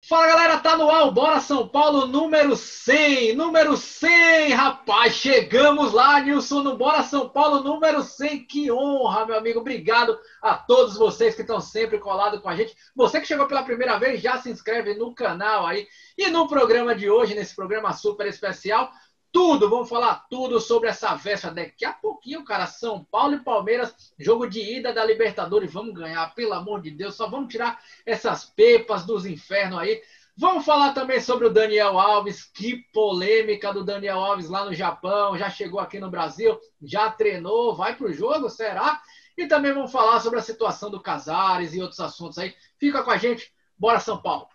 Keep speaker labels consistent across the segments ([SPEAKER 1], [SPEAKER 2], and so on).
[SPEAKER 1] Fala galera, tá no ar o Bora São Paulo número 100, rapaz, chegamos lá, Nilson, no Bora São Paulo número 100, que honra, meu amigo, obrigado a todos vocês que estão sempre colados com a gente, você que chegou pela primeira vez, já se inscreve no canal aí, e no programa de hoje, nesse programa super especial, vamos falar tudo sobre essa véspera. Daqui a pouquinho, cara, São Paulo e Palmeiras, jogo de ida da Libertadores, vamos ganhar, pelo amor de Deus, só vamos tirar essas pepas dos infernos aí. Vamos falar também sobre o Daniel Alves, que polêmica do Daniel Alves lá no Japão, já chegou aqui no Brasil, já treinou, vai pro jogo, será? E também vamos falar sobre a situação do Casares e outros assuntos aí. Fica com a gente, bora São Paulo!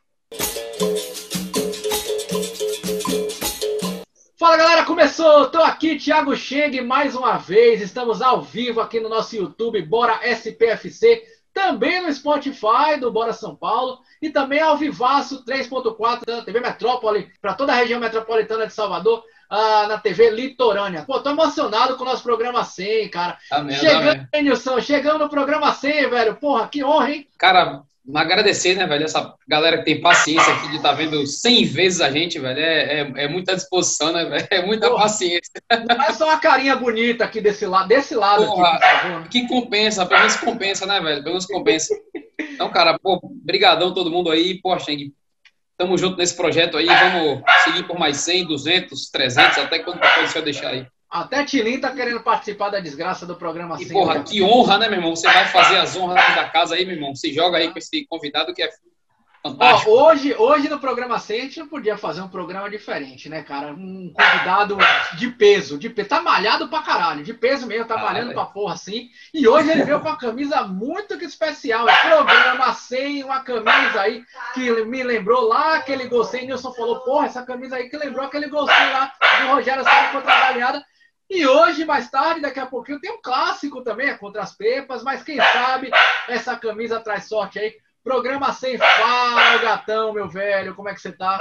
[SPEAKER 1] Fala galera, começou! Tô aqui, Thiago Cheng, mais uma vez. Estamos ao vivo aqui no nosso YouTube, Bora SPFC, também no Spotify do Bora São Paulo e também ao Vivaço 3.4 da TV Metrópole, para toda a região metropolitana de Salvador, na TV Litorânea. Pô, tô emocionado com o nosso programa 100, cara.
[SPEAKER 2] Amém,
[SPEAKER 1] chegando, Nilson, chegando no programa 100, velho. Porra, que honra, hein?
[SPEAKER 2] Cara, agradecer, né, velho, essa galera que tem paciência aqui de estar vendo 100 vezes a gente, velho, é muita disposição, né, velho, é muita paciência.
[SPEAKER 1] Não é só uma carinha bonita aqui desse lado
[SPEAKER 2] Porra,
[SPEAKER 1] aqui, por favor.
[SPEAKER 2] Que compensa, pelo menos compensa, né, velho, pelo menos compensa. Então, cara, pô, brigadão todo mundo aí, pô, Cheng, tamo junto nesse projeto aí, vamos seguir por mais 100, 200, 300, até quando pode você deixar aí.
[SPEAKER 1] Até Tilim tá querendo participar da desgraça do programa 100.
[SPEAKER 2] E, porra, que honra, né, meu irmão? Você vai fazer as honras da casa aí, meu irmão. Se joga aí com esse convidado que é fantástico.
[SPEAKER 1] Ó, hoje no programa 100 a gente não podia fazer um programa diferente, né, cara? Um convidado de peso. Tá malhado pra caralho. De peso mesmo, tá malhando pra porra assim. E hoje ele veio com uma camisa muito especial. Programa 100, uma camisa aí que me lembrou lá aquele golzinho. Nilson falou, porra, essa camisa aí que lembrou aquele golzinho lá do Rogério Ceni contra a Galinhada. E hoje, mais tarde, daqui a pouquinho, tem um clássico também, é contra as Pepas, mas quem sabe essa camisa traz sorte aí. Programa 100, fala, gatão, meu velho, como é que você tá?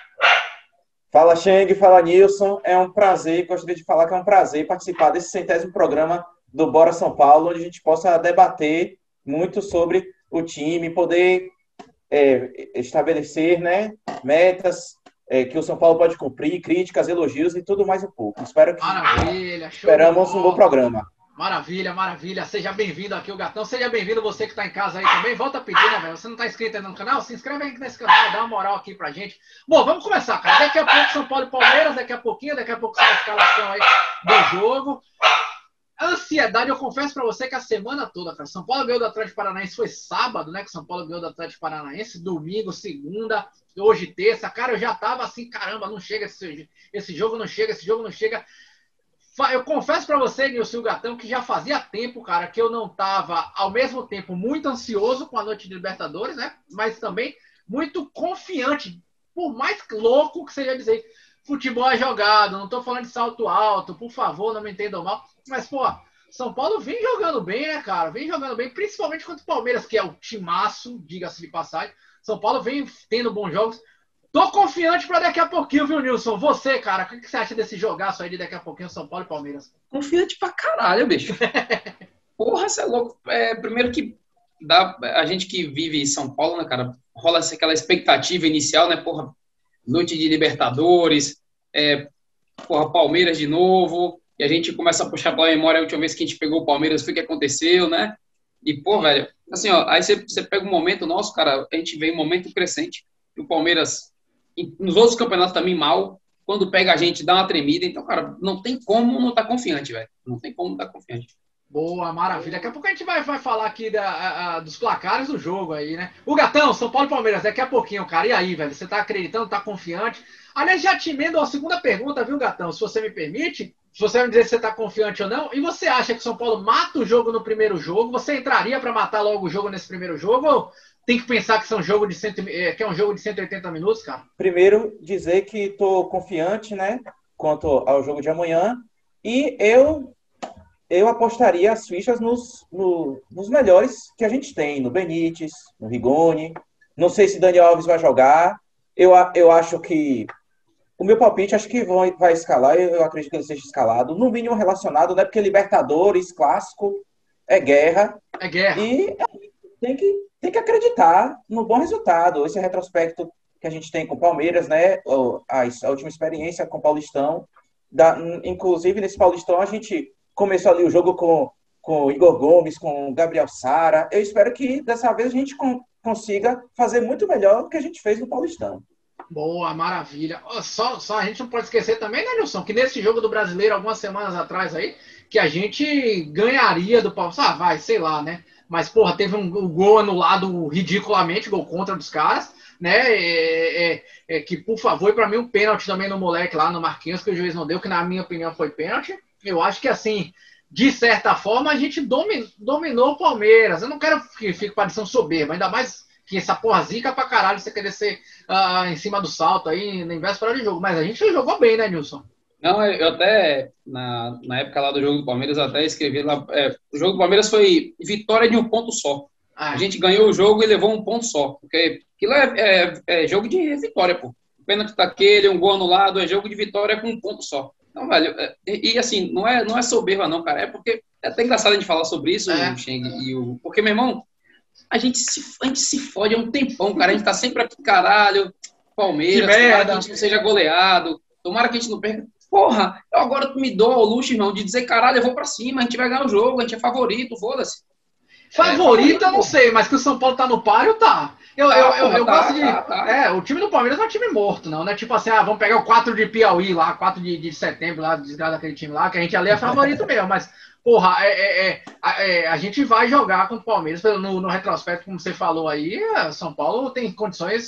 [SPEAKER 3] Fala, Cheng, fala, Nilson. É um prazer, gostaria de falar que é um prazer participar desse 100º programa do Bora São Paulo, onde a gente possa debater muito sobre o time, poder estabelecer, né, metas, que o São Paulo pode cumprir, críticas, elogios e tudo mais um pouco. Espero que
[SPEAKER 1] Maravilha, show.
[SPEAKER 3] Esperamos um bom programa.
[SPEAKER 1] Maravilha, maravilha. Seja bem-vindo aqui, o Gatão. Seja bem-vindo você que está em casa aí também. Volta a pedir, né, velho? Você não está inscrito ainda no canal? Se inscreve aí nesse canal, dá uma moral aqui pra gente. Bom, vamos começar, cara. Daqui a pouco São Paulo e Palmeiras, daqui a pouco sai a escalação aí do jogo. Ansiedade, eu confesso pra você que a semana toda, cara, São Paulo ganhou do Atlético Paranaense, foi sábado, né, que São Paulo ganhou do Atlético Paranaense, domingo, segunda, hoje terça, cara, eu já tava assim, caramba, não chega esse jogo não chega, Eu confesso pra você, Nilson Gatão, que já fazia tempo, cara, que eu não tava, ao mesmo tempo, muito ansioso com a noite de Libertadores, né, mas também muito confiante, por mais louco que seja dizer, futebol é jogado, não tô falando de salto alto, por favor, não me entendam mal. Mas, pô, São Paulo vem jogando bem, né, cara? Vem jogando bem, principalmente contra o Palmeiras, que é o timaço, diga-se de passagem. São Paulo vem tendo bons jogos. Tô confiante pra daqui a pouquinho, viu, Nilson? Você, cara, o que você acha desse jogaço aí de daqui a pouquinho, São Paulo e Palmeiras?
[SPEAKER 2] Confiante pra caralho, bicho. Porra, você é louco. Primeiro que a gente que vive em São Paulo, né, cara, rola aquela expectativa inicial, né, porra, noite de Libertadores, porra, Palmeiras de novo, e a gente começa a puxar pela memória a última vez que a gente pegou o Palmeiras, foi o que aconteceu, né? E, pô, velho, assim, ó, aí você pega um momento nosso, cara, a gente vê um momento crescente, e o Palmeiras, nos outros campeonatos também mal, quando pega a gente, dá uma tremida, então, cara, não tem como não estar confiante, velho, não tem como não estar confiante.
[SPEAKER 1] Boa, maravilha. Daqui a pouco a gente vai falar aqui dos placares do jogo aí, né? O Gatão, São Paulo e Palmeiras, daqui a pouquinho, cara. E aí, velho? Você tá acreditando, tá confiante? Aliás, já te emendo a segunda pergunta, viu, Gatão? Se você me permite, se você vai me dizer se você tá confiante ou não. E você acha que o São Paulo mata o jogo no primeiro jogo? Você entraria para matar logo o jogo nesse primeiro jogo? Ou tem que pensar que, que é um jogo de 180 minutos, cara?
[SPEAKER 3] Primeiro, dizer que tô confiante, né, quanto ao jogo de amanhã. E eu apostaria as fichas nos melhores que a gente tem, no Benítez, no Rigoni. Não sei se Daniel Alves vai jogar. Eu acho que o meu palpite, acho que vai escalar. Eu acredito que ele seja escalado. No mínimo relacionado, né? Porque Libertadores, clássico, é guerra.
[SPEAKER 1] É guerra.
[SPEAKER 3] E tem que acreditar no bom resultado. Esse retrospecto que a gente tem com o Palmeiras, né? A última experiência com o Paulistão. Inclusive, nesse Paulistão, a gente começou ali o jogo com o Igor Gomes, com o Gabriel Sara. Eu espero que dessa vez a gente consiga fazer muito melhor do que a gente fez no Paulistão.
[SPEAKER 1] Boa, maravilha. Só a gente não pode esquecer também, né, Nilson, que nesse jogo do Brasileiro, algumas semanas atrás aí, que a gente ganharia do Palmeiras. Vai, sei lá, né? Mas, porra, teve um gol anulado ridiculamente, gol contra dos caras, né? Que, por favor, para mim, um pênalti também no moleque lá, no Marquinhos, que o juiz não deu, que na minha opinião foi pênalti. Eu acho que, assim, de certa forma, a gente dominou o Palmeiras. Eu não quero que fique parecendo soberbo, ainda mais que essa porra zica pra caralho você querer ser em cima do salto aí, na véspera de jogo. Mas a gente jogou bem, né, Nilson?
[SPEAKER 2] Não, eu até, na época lá do jogo do Palmeiras, eu até escrevi lá, o jogo do Palmeiras foi vitória de um ponto só. A gente ganhou o jogo e levou um ponto só, porque aquilo é jogo de vitória, pô. O pênalti daquele, um gol anulado, é jogo de vitória com um ponto só. Então, velho, e assim, não é soberba não, cara, é porque é até engraçado a gente falar sobre isso, o Cheng, porque, meu irmão, a gente se fode há um tempão, cara, a gente tá sempre aqui, caralho, Palmeiras, tomara que a gente não seja goleado, tomara que a gente não perca. Porra, eu agora me dou ao luxo, irmão, de dizer, caralho, eu vou pra cima, a gente vai ganhar o jogo, a gente é favorito, foda-se.
[SPEAKER 1] Favorito eu não sei, mas que o São Paulo tá no páreo, tá. Eu gosto de... o time do Palmeiras não é um time morto, não, né? Tipo assim, vamos pegar o 4 de Piauí lá, 4 de setembro lá, desgraça daquele time lá, que a gente ali é favorito mesmo, mas, porra, a gente vai jogar contra o Palmeiras no retrospecto, como você falou aí, São Paulo tem condições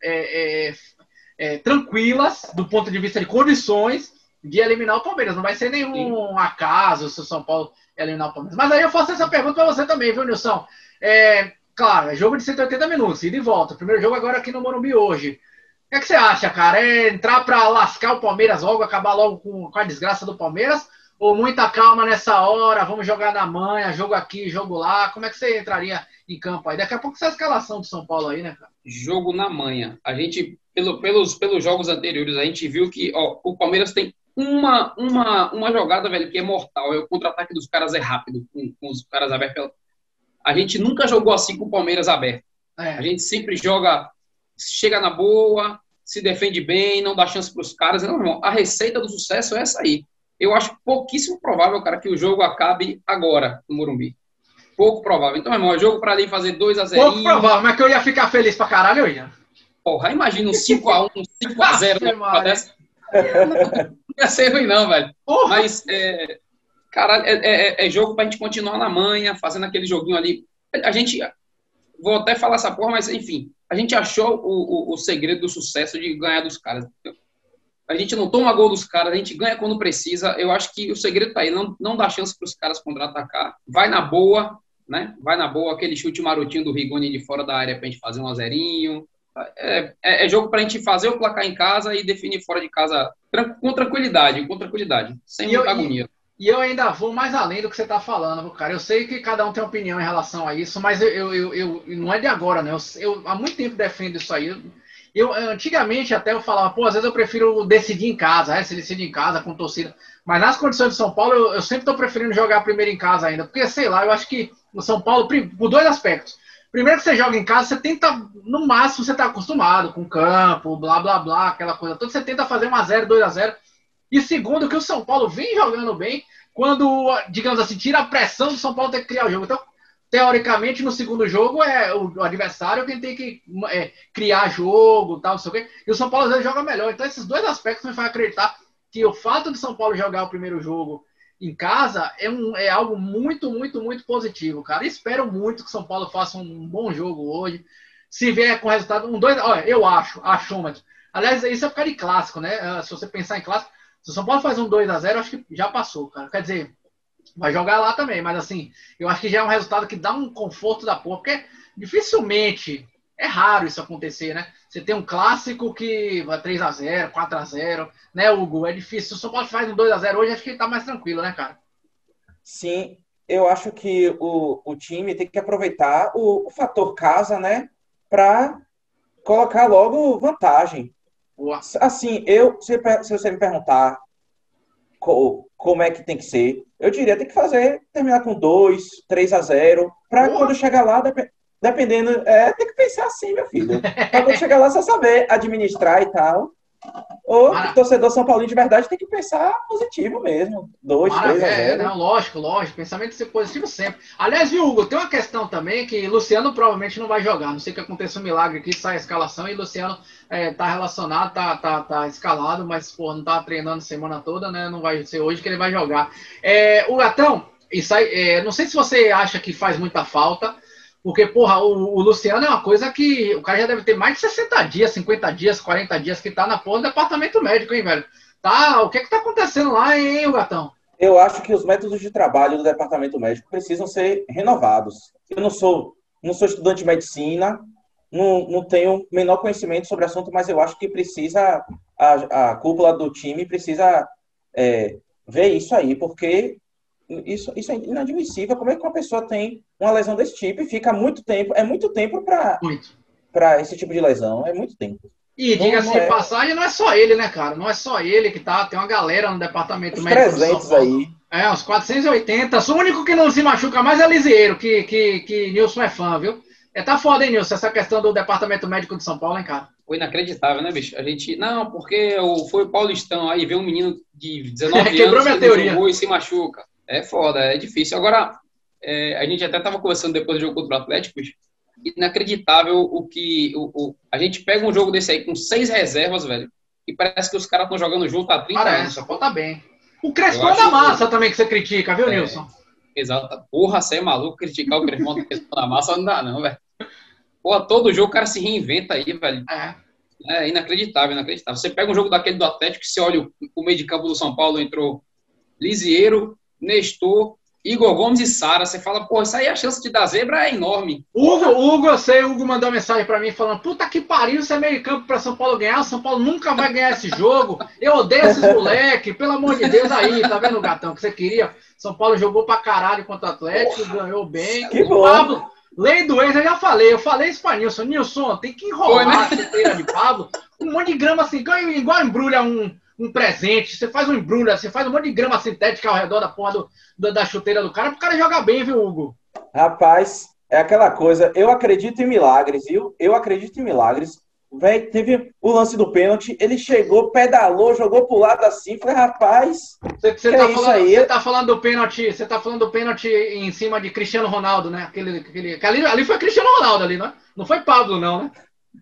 [SPEAKER 1] tranquilas, do ponto de vista de condições, de eliminar o Palmeiras. Não vai ser nenhum acaso se o São Paulo eliminar o Palmeiras. Mas aí eu faço essa pergunta para você também, viu, Nilson? Claro, é jogo de 180 minutos, ida e volta. Primeiro jogo agora aqui no Morumbi hoje. O que você acha, cara? É entrar para lascar o Palmeiras logo, acabar logo com a desgraça do Palmeiras? Ou muita calma nessa hora, vamos jogar na manha, jogo aqui, jogo lá? Como é que você entraria em campo aí? Daqui a pouco essa escalação do São Paulo aí, né, cara?
[SPEAKER 2] Jogo na manha. A gente, pelos jogos anteriores, a gente viu que o Palmeiras tem uma jogada, velho, que é mortal. O contra-ataque dos caras é rápido, com os caras abertos. A gente nunca jogou assim com o Palmeiras aberto. A gente sempre joga, chega na boa, se defende bem, não dá chance para os caras. Não, irmão, a receita do sucesso é essa aí. Eu acho pouquíssimo provável, cara, que o jogo acabe agora no Morumbi. Pouco provável. Então, irmão, é jogo para ali fazer 2-0.
[SPEAKER 1] Pouco provável, mas que eu ia ficar feliz pra caralho, eu ia.
[SPEAKER 2] Porra, imagina um 5-1, 5-0 não ia ser ruim não, velho. Porra. Mas, cara, é jogo pra gente continuar na manha, fazendo aquele joguinho ali. A gente, vou até falar essa porra, mas enfim, a gente achou o segredo do sucesso de ganhar dos caras. A gente não toma gol dos caras, a gente ganha quando precisa. Eu acho que o segredo tá aí, não dá chance pros caras contra-atacar. Vai na boa, né? Vai na boa, aquele chute marotinho do Rigoni de fora da área pra gente fazer 1-0. É jogo pra gente fazer o placar em casa e definir fora de casa com tranquilidade, sem muita agonia.
[SPEAKER 1] E eu ainda vou mais além do que você tá falando, cara. Eu sei que cada um tem opinião em relação a isso, mas eu não é de agora, né? Eu há muito tempo defendo isso aí. Antigamente até eu falava, pô, às vezes eu prefiro decidir em casa, se decidir em casa com torcida. Mas nas condições de São Paulo, eu sempre tô preferindo jogar primeiro em casa ainda. Porque, sei lá, eu acho que o São Paulo, por dois aspectos. Primeiro que você joga em casa, você tenta, no máximo, você tá acostumado com campo, blá, blá, blá, aquela coisa toda. Você tenta fazer 1-0, 2-0. E segundo, que o São Paulo vem jogando bem quando, digamos assim, tira a pressão do São Paulo ter que criar o jogo. Então, teoricamente, no segundo jogo, é o adversário quem tem que criar jogo, tal, não sei o quê. E o São Paulo, às vezes, joga melhor. Então, esses dois aspectos me fazem acreditar que o fato de São Paulo jogar o primeiro jogo em casa é algo muito, muito, muito positivo, cara. Espero muito que o São Paulo faça um bom jogo hoje. Se vier com resultado, 2, olha, eu acho, mas... Aliás, isso é por causa de clássico, né? Se você pensar em clássico, se o São Paulo faz 2-0, acho que já passou, cara. Quer dizer, vai jogar lá também, mas assim, eu acho que já é um resultado que dá um conforto da porra, porque dificilmente, é raro isso acontecer, né? Você tem um clássico que vai 3-0, 4-0, né, Hugo? É difícil. Se o São Paulo faz 2-0 hoje, acho que ele tá mais tranquilo, né, cara?
[SPEAKER 3] Sim, eu acho que o time tem que aproveitar o fator casa, né, para colocar logo vantagem. Boa. Assim, se você me perguntar como é que tem que ser, eu diria tem que terminar com 2, 3-0, para quando chegar lá, Dependendo, tem que pensar assim, meu filho. Pra quando chegar lá, você saber administrar e tal. Ou o torcedor São Paulino de verdade tem que pensar positivo mesmo. 2, 3 a 0.
[SPEAKER 1] Não, lógico. Pensamento positivo sempre. Aliás, viu, Hugo, tem uma questão também que Luciano provavelmente não vai jogar. Não sei que aconteça um milagre aqui, sai a escalação e Luciano tá relacionado, tá escalado, mas porra, não tá treinando semana toda, né? Não vai ser hoje que ele vai jogar. O Gatão, não sei se você acha que faz muita falta. Porque, porra, o Luciano é uma coisa que o cara já deve ter mais de 60 dias, 50 dias, 40 dias que tá na porra do departamento médico, hein, velho? O que tá acontecendo lá, hein, Gatão?
[SPEAKER 3] Eu acho que os métodos de trabalho do departamento médico precisam ser renovados. Eu não sou estudante de medicina, não tenho o menor conhecimento sobre o assunto, mas eu acho que precisa, a cúpula do time precisa ver isso aí, porque isso é inadmissível. Como é que uma pessoa tem uma lesão desse tipo e fica muito tempo? É muito tempo para esse tipo de lesão. É muito tempo.
[SPEAKER 1] E diga-se de passagem, não é só ele, né, cara? Não é só ele que tá. Tem uma galera no departamento médico.
[SPEAKER 3] 300 aí.
[SPEAKER 1] Uns 480. O único que não se machuca mais é Lisieiro, que Nilson é fã, viu? Tá foda, hein, Nilson, essa questão do departamento médico de São Paulo, hein, cara?
[SPEAKER 2] Foi inacreditável, né, bicho? A gente... Não, porque foi o Paulistão. Aí vê um menino de 19
[SPEAKER 1] Quebrou
[SPEAKER 2] anos
[SPEAKER 1] minha teoria.
[SPEAKER 2] Jogou e se machuca. É foda, é difícil. Agora, a gente até estava conversando depois do jogo contra o Atlético, inacreditável o que... a gente pega um jogo desse aí com 6 reservas, velho, e parece que os caras estão jogando junto há 30 anos.
[SPEAKER 1] Só falta bem. O Crespão da massa também que você critica, viu, Nilson?
[SPEAKER 2] Exato. Porra, você é maluco criticar o Crespão da massa, não dá não, velho. Porra, todo jogo o cara se reinventa aí, velho. É inacreditável. Você pega um jogo daquele do Atlético, você olha o meio de campo do São Paulo, entrou Lisieiro, Nestor, Igor Gomes e Sara. Você fala, pô, isso aí a chance de dar zebra é enorme.
[SPEAKER 1] Hugo, eu sei, o Hugo mandou uma mensagem pra mim falando, puta que pariu, isso é meio campo pra São Paulo ganhar, São Paulo nunca vai ganhar esse jogo, eu odeio esses moleque, pelo amor de Deus aí, tá vendo, Gatão, que você queria? São Paulo jogou pra caralho contra o Atlético, ganhou bem.
[SPEAKER 3] Que bom.
[SPEAKER 1] Pablo, lei do ex, eu falei isso pra Nilson, tem que enrolar a chuteira de Pablo, um monte de grama assim, igual embrulha um presente, você faz um embrulho, você faz um monte de grama sintética ao redor da porra da chuteira do cara, pro cara jogar bem, viu, Hugo?
[SPEAKER 3] Rapaz, é aquela coisa, eu acredito em milagres, viu? Eu acredito em milagres. Véi, teve o lance do pênalti, ele chegou, pedalou, jogou pro lado assim, falei, rapaz,
[SPEAKER 1] Você tá falando do pênalti em cima de Cristiano Ronaldo, né? Ali foi Cristiano Ronaldo ali, né? Não foi Pablo, não, né?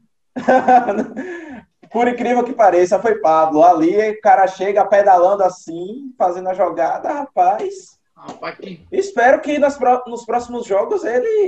[SPEAKER 3] Por incrível que pareça, foi Pablo. Ali o cara chega pedalando assim, fazendo a jogada, rapaz. Espero que nos próximos jogos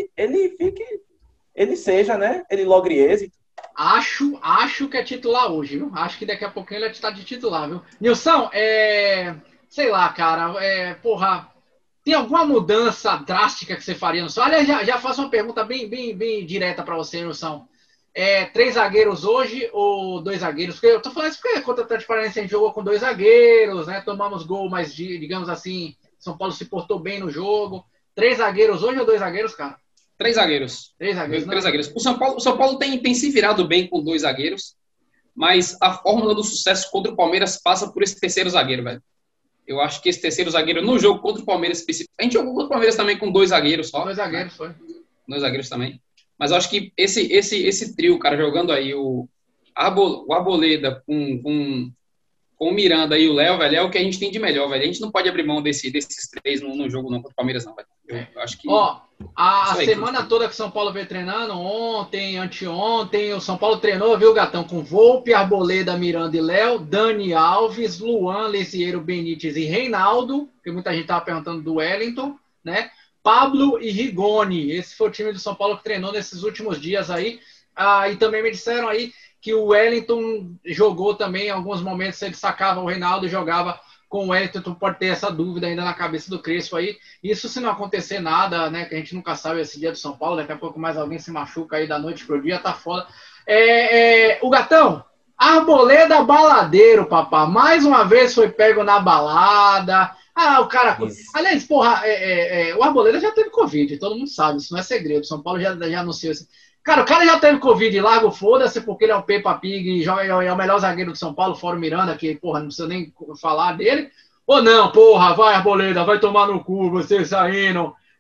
[SPEAKER 3] ele seja, né? Ele logre êxito.
[SPEAKER 1] Acho que é titular hoje, viu? Acho que daqui a pouquinho ele está de titular, viu? Nilson, sei lá, cara, porra, tem alguma mudança drástica que você faria no São? Aliás, já faço uma pergunta bem direta para você, Nilson. 3 zagueiros hoje ou 2 zagueiros? Porque eu tô falando isso porque contra o Atlético Paranaense a gente jogou com 2 zagueiros, né? Tomamos gol, mas digamos assim, São Paulo se portou bem no jogo. 3 zagueiros hoje ou 2 zagueiros, cara?
[SPEAKER 2] 3 zagueiros.
[SPEAKER 1] 3 zagueiros,
[SPEAKER 2] Três zagueiros. O São Paulo tem se virado bem com 2 zagueiros, mas a fórmula do sucesso contra o Palmeiras passa por esse terceiro zagueiro, velho. Eu acho que esse terceiro zagueiro no jogo contra o Palmeiras específico. A gente jogou contra o Palmeiras também com 2 zagueiros só.
[SPEAKER 1] 2 zagueiros, né? Foi.
[SPEAKER 2] 2 zagueiros também. Mas eu acho que esse trio, cara, jogando aí o Arboleda com o Miranda e o Léo, velho, é o que a gente tem de melhor, velho. A gente não pode abrir mão desses 3 no jogo não contra o Palmeiras, não, velho. Eu acho que...
[SPEAKER 1] A semana toda que o São Paulo veio treinando, ontem, anteontem, o São Paulo treinou, viu, Gatão, com Volpe, Arboleda, Miranda e Léo, Dani Alves, Luan, Lisieiro, Benítez e Reinaldo, que muita gente tava perguntando do Wellington, né? Pablo e Rigoni, esse foi o time do São Paulo que treinou nesses últimos dias aí. E também me disseram aí que o Wellington jogou também em alguns momentos, ele sacava o Reinaldo e jogava com o Wellington. Tu pode ter essa dúvida ainda na cabeça do Crespo aí. Isso se não acontecer nada, né, que a gente nunca sabe esse dia do São Paulo, daqui a pouco mais alguém se machuca aí da noite pro dia, tá foda. O Gatão, Arboleda baladeiro, papá, mais uma vez foi pego na balada. O cara... Isso. Aliás, porra, o Arboleda já teve Covid, todo mundo sabe, isso não é segredo. São Paulo já anunciou isso. Cara, o cara já teve Covid, larga o foda-se, porque ele é um Peppa Pig e é o melhor zagueiro do São Paulo, fora o Miranda, que, porra, não precisa nem falar dele. Ou não, porra, vai Arboleda, vai tomar no cu, você saindo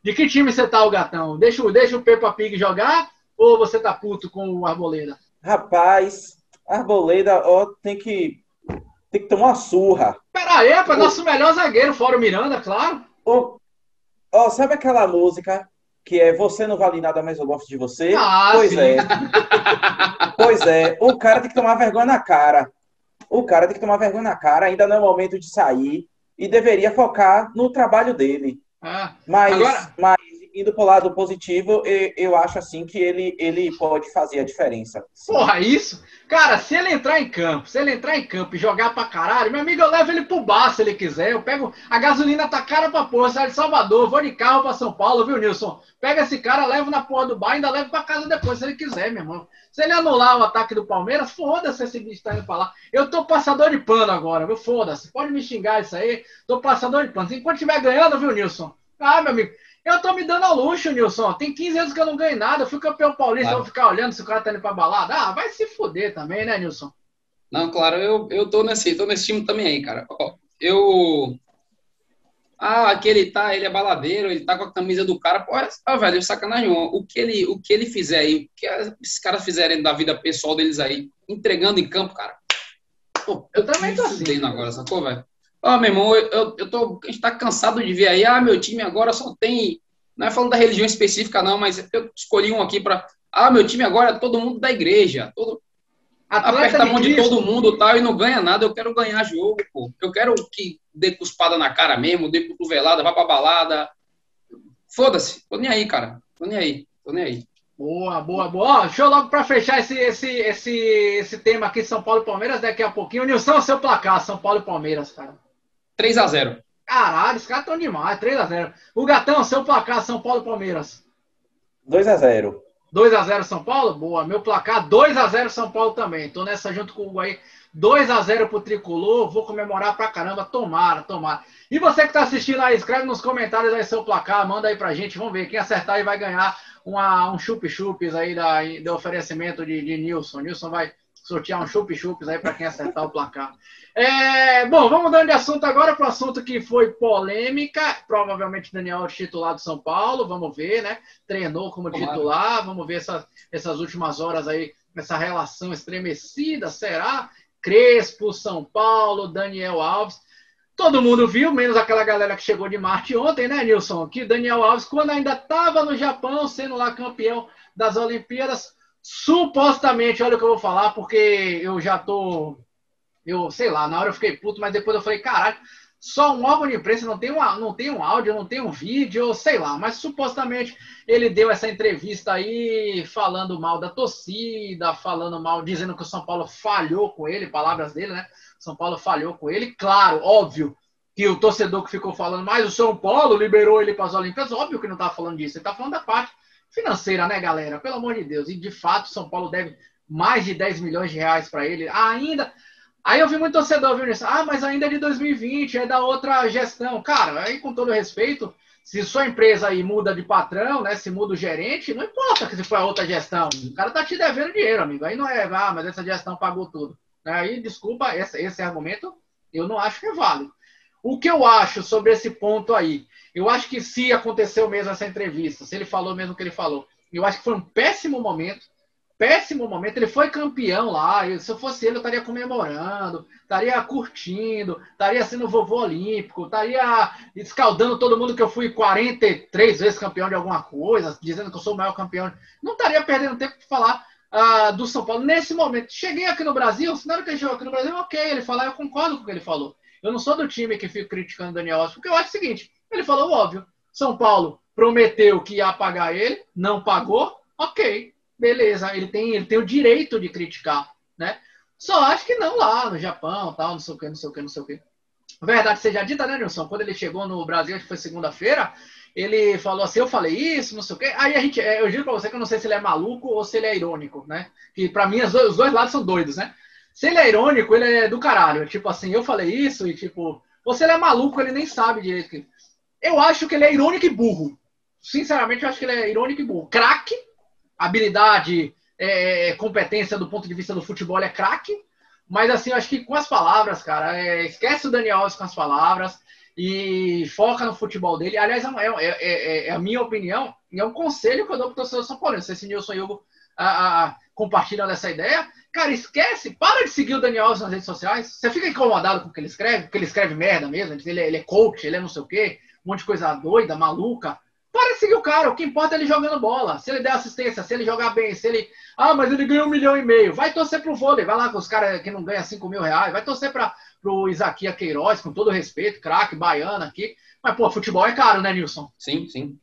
[SPEAKER 1] De que time você tá, o Gatão? Deixa o Peppa Pig jogar ou você tá puto com o Arboleda?
[SPEAKER 3] Rapaz, Arboleda, ó, tem que tomar uma surra.
[SPEAKER 1] Pera aí, rapaz, nosso melhor zagueiro, fora o Miranda, claro.
[SPEAKER 3] Ó, sabe aquela música que é Você Não Vale Nada, Mas Eu Gosto de Você?
[SPEAKER 1] Ah,
[SPEAKER 3] Pois
[SPEAKER 1] sim.
[SPEAKER 3] é. Pois é. O cara tem que tomar vergonha na cara. O cara tem que tomar vergonha na cara. Ainda não é o momento de sair. E deveria focar no trabalho dele. Mas indo pro lado positivo, eu acho assim que ele pode fazer a diferença. Sim.
[SPEAKER 1] Porra, isso? Cara, se ele entrar em campo e jogar pra caralho, meu amigo, eu levo ele pro bar se ele quiser. Eu pego. A gasolina tá cara pra porra, sai de Salvador, vou de carro pra São Paulo, viu, Nilson? Pega esse cara, levo na porra do bar e ainda levo pra casa depois, se ele quiser, meu irmão. Se ele anular o ataque do Palmeiras, foda-se esse bicho tá indo pra lá. Eu tô passador de pano agora, viu? Foda-se. Pode me xingar isso aí. Tô passador de pano. Enquanto estiver ganhando, viu, Nilson? Ah, meu amigo. Eu tô me dando ao luxo, Nilson. Tem 15 anos que eu não ganho nada. Eu fui campeão paulista,
[SPEAKER 2] Claro.
[SPEAKER 1] vou ficar olhando se o cara tá indo pra balada. Ah, vai se fuder também, né, Nilson?
[SPEAKER 2] Não, claro, eu tô nesse time também aí, cara. Ó, ele é baladeiro, ele tá com a camisa do cara. Pô, velho, sacanagem. O que ele fizer aí, o que esses caras fizerem da vida pessoal deles aí, entregando em campo, cara. Pô,
[SPEAKER 1] eu também tô assim.
[SPEAKER 2] Agora, sacou, velho? Ó, meu irmão, a gente tá cansado de ver aí, meu time agora só tem, não é falando da religião específica não, mas eu escolhi um aqui meu time agora é todo mundo da igreja, aperta a mão de todo mundo tal, e não ganha nada, eu quero ganhar jogo, pô. Eu quero que dê cuspada na cara mesmo, dê cotovelada, vá pra balada. Foda-se, tô nem aí, cara, tô nem aí.
[SPEAKER 1] Boa. Ó, deixa eu logo pra fechar esse tema aqui, São Paulo e Palmeiras, daqui a pouquinho. Nilson, seu placar, São Paulo e Palmeiras, cara.
[SPEAKER 2] 3-0.
[SPEAKER 1] Caralho, os caras estão demais, 3-0. O Gatão, seu placar, São Paulo e Palmeiras.
[SPEAKER 3] 2-0.
[SPEAKER 1] 2-0 São Paulo? Boa. Meu placar, 2-0 São Paulo também. Tô nessa junto com o Hugo aí. 2-0 pro Tricolor. Vou comemorar pra caramba. Tomara. E você que tá assistindo aí, escreve nos comentários aí seu placar. Manda aí pra gente. Vamos ver. Quem acertar aí vai ganhar um chup-chups aí do oferecimento de Nilson. Nilson vai sortear um chup-chups aí pra quem acertar o placar. Bom, vamos mudando de assunto agora para o assunto que foi polêmica. Provavelmente Daniel é titular do São Paulo, vamos ver, né? Treinou como titular, vamos ver essas últimas horas aí, essa relação estremecida, será? Crespo, São Paulo, Daniel Alves. Todo mundo viu, menos aquela galera que chegou de Marte ontem, né, Nilson? Que Daniel Alves, quando ainda estava no Japão, sendo lá campeão das Olimpíadas, supostamente, olha o que eu vou falar, porque eu já tô... sei lá, na hora eu fiquei puto, mas depois eu falei, caralho, só um órgão de imprensa não tem um áudio, não tem um vídeo, sei lá, mas supostamente ele deu essa entrevista aí falando mal da torcida, falando mal, dizendo que o São Paulo falhou com ele, palavras dele, né? São Paulo falhou com ele, claro, óbvio que o torcedor que ficou falando, mas o São Paulo liberou ele para as Olimpíadas, óbvio que não tá falando disso, ele tá falando da parte financeira, né, galera? Pelo amor de Deus, e de fato o São Paulo deve mais de 10 milhões de reais para ele, ainda. Aí eu vi muito torcedor viu nisso. Mas ainda é de 2020, é da outra gestão. Cara, aí com todo respeito, se sua empresa aí muda de patrão, né? Se muda o gerente, não importa que se for a outra gestão. O cara tá te devendo dinheiro, amigo. Aí não é, mas essa gestão pagou tudo. Aí, desculpa, esse argumento eu não acho que é válido. O que eu acho sobre esse ponto aí? Eu acho que se aconteceu mesmo essa entrevista, se ele falou mesmo o que ele falou, eu acho que foi um péssimo momento. Ele foi campeão lá, se eu fosse ele eu estaria comemorando, estaria curtindo, estaria sendo vovô olímpico, estaria escaldando todo mundo que eu fui 43 vezes campeão de alguma coisa, dizendo que eu sou o maior campeão, não estaria perdendo tempo de falar do São Paulo nesse momento. Cheguei aqui no Brasil, na hora que ele chegou aqui no Brasil, ok, ele falar, eu concordo com o que ele falou, eu não sou do time que fica criticando o Daniel Alves, porque eu acho o seguinte, ele falou óbvio, São Paulo prometeu que ia pagar ele, não pagou, ok, beleza, ele tem o direito de criticar, né? Só acho que não lá no Japão, tal, não sei o que. Verdade seja dita, né, Nilson? Quando ele chegou no Brasil, acho que foi segunda-feira, ele falou assim, eu falei isso, não sei o quê. Aí eu juro pra você que eu não sei se ele é maluco ou se ele é irônico, né? Que pra mim os dois lados são doidos, né? Se ele é irônico, ele é do caralho. Tipo assim, eu falei isso e tipo... Ou se ele é maluco, ele nem sabe direito. Eu acho que ele é irônico e burro. Sinceramente, eu acho que ele é irônico e burro. Craque, habilidade, competência do ponto de vista do futebol é craque, mas assim, eu acho que com as palavras, cara, esquece o Daniel Alves com as palavras, e foca no futebol dele. Aliás, é a minha opinião e é um conselho que eu dou para o torcedor São Paulo. Não sei se Nilson e Hugo compartilham dessa ideia. Cara, esquece, para de seguir o Daniel Alves nas redes sociais. Você fica incomodado com o que ele escreve, porque ele escreve merda mesmo, ele é coach, ele é não sei o quê, um monte de coisa doida, maluca. Para de seguir o cara, o que importa é ele jogando bola. Se ele der assistência, se ele jogar bem, se ele... mas ele ganhou 1,5 milhão. Vai torcer pro vôlei, vai lá com os caras que não ganham 5 mil reais, vai torcer pro Isaquias Queiroz, com todo respeito, craque, baiano aqui. Mas, pô, futebol é caro, né, Nilson?
[SPEAKER 2] Sim, sim.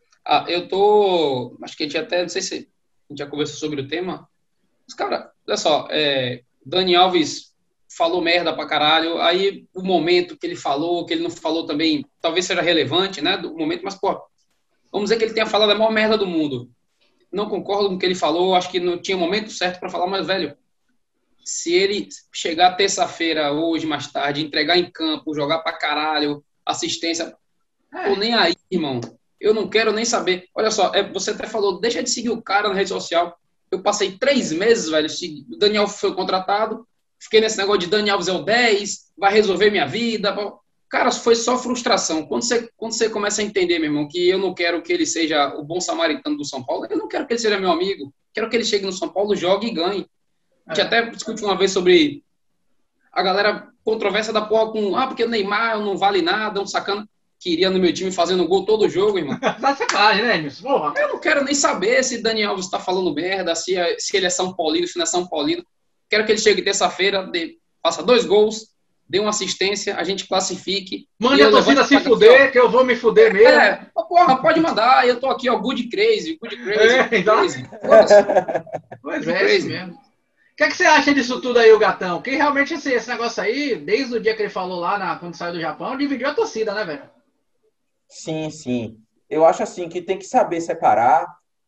[SPEAKER 2] Acho que a gente até, não sei se a gente já conversou sobre o tema, mas, cara, olha só, Dani Alves falou merda pra caralho, aí o momento que ele falou, que ele não falou também, talvez seja relevante, né, do momento, mas, pô, vamos dizer que ele tenha falado a maior merda do mundo. Não concordo com o que ele falou, acho que não tinha momento certo para falar, mas, velho, se ele chegar terça-feira, hoje, mais tarde, entregar em campo, jogar pra caralho, assistência, tô nem aí, irmão. Eu não quero nem saber. Olha só, você até falou, deixa de seguir o cara na rede social. Eu passei 3 meses, velho, o Daniel foi contratado, fiquei nesse negócio de Dani Alves é o 10, vai resolver minha vida. Cara, foi só frustração. Quando você começa a entender, meu irmão, que eu não quero que ele seja o bom samaritano do São Paulo, eu não quero que ele seja meu amigo, quero que ele chegue no São Paulo, jogue e ganhe. A gente até discutiu uma vez sobre a galera controvérsia da porra com, porque o Neymar não vale nada, é um sacana. Queria no meu time fazendo gol todo jogo, irmão.
[SPEAKER 1] Tá sacanagem, né, Nilson? Porra.
[SPEAKER 2] Eu não quero nem saber se Dani Alves tá falando merda, se ele é São Paulino, se não é São Paulino. Quero que ele chegue terça-feira, faça 2 gols, dê uma assistência, a gente classifique.
[SPEAKER 1] Mande a torcida se fuder, aqui, que eu vou me fuder mesmo.
[SPEAKER 2] Porra, pode mandar, eu tô aqui, ó, good crazy.
[SPEAKER 1] Então... Pois é, isso mesmo. O que você acha disso tudo aí, o Gatão? Que realmente esse negócio aí, desde o dia que ele falou lá, quando saiu do Japão, dividiu a torcida, né, velho?
[SPEAKER 3] Sim, sim. Eu acho assim que tem que saber separar.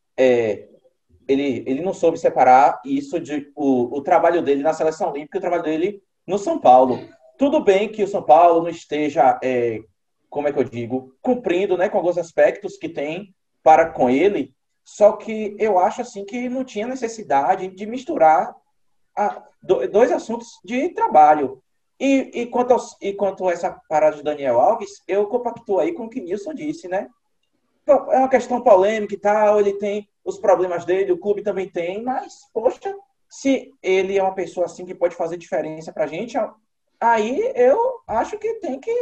[SPEAKER 3] Ele não soube separar isso o trabalho dele na Seleção Olímpica e o trabalho dele no São Paulo. Tudo bem que o São Paulo não esteja, como é que eu digo, cumprindo, né, com alguns aspectos que tem para com ele, só que eu acho assim que não tinha necessidade de misturar 2 assuntos de trabalho. E quanto a essa parada de Daniel Alves, eu compactuo aí com o que Nilson disse, né? É uma questão polêmica e tal, ele tem os problemas dele, o clube também tem, mas, poxa, se ele é uma pessoa assim que pode fazer diferença pra gente, aí eu acho que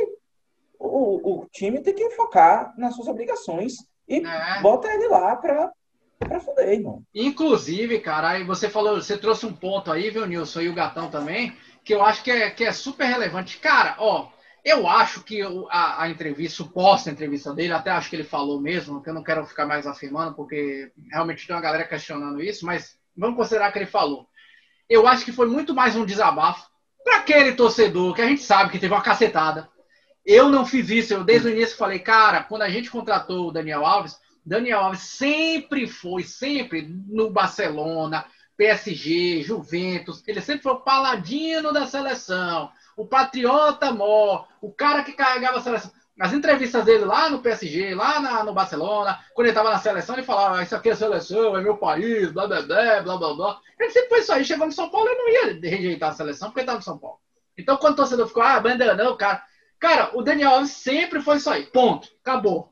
[SPEAKER 3] o time tem que focar nas suas obrigações e bota ele lá pra fuder, irmão.
[SPEAKER 1] Inclusive, cara, aí você trouxe um ponto aí, viu, Nilson, e o Gatão também, que eu acho que é super relevante. Cara, eu acho que a entrevista, suposta entrevista dele, até acho que ele falou mesmo, que eu não quero ficar mais afirmando, porque realmente tem uma galera questionando isso, mas vamos considerar que ele falou. Eu acho que foi muito mais um desabafo para aquele torcedor que a gente sabe que teve uma cacetada. Eu não fiz isso, eu desde o início falei, cara, quando a gente contratou o Daniel Alves sempre foi, no Barcelona, PSG, Juventus, ele sempre foi o paladino da seleção, o patriota mor, o cara que carregava a seleção. Nas entrevistas dele lá no PSG, lá no Barcelona, quando ele estava na seleção, ele falava, isso aqui é seleção, é meu país, blá, blá, blá, blá, blá, blá. Ele sempre foi isso aí, chegou no São Paulo, ele não ia rejeitar a seleção, porque ele estava no São Paulo. Então, quando o torcedor ficou, abandonou o cara. Cara, o Daniel Alves sempre foi isso aí, ponto, acabou.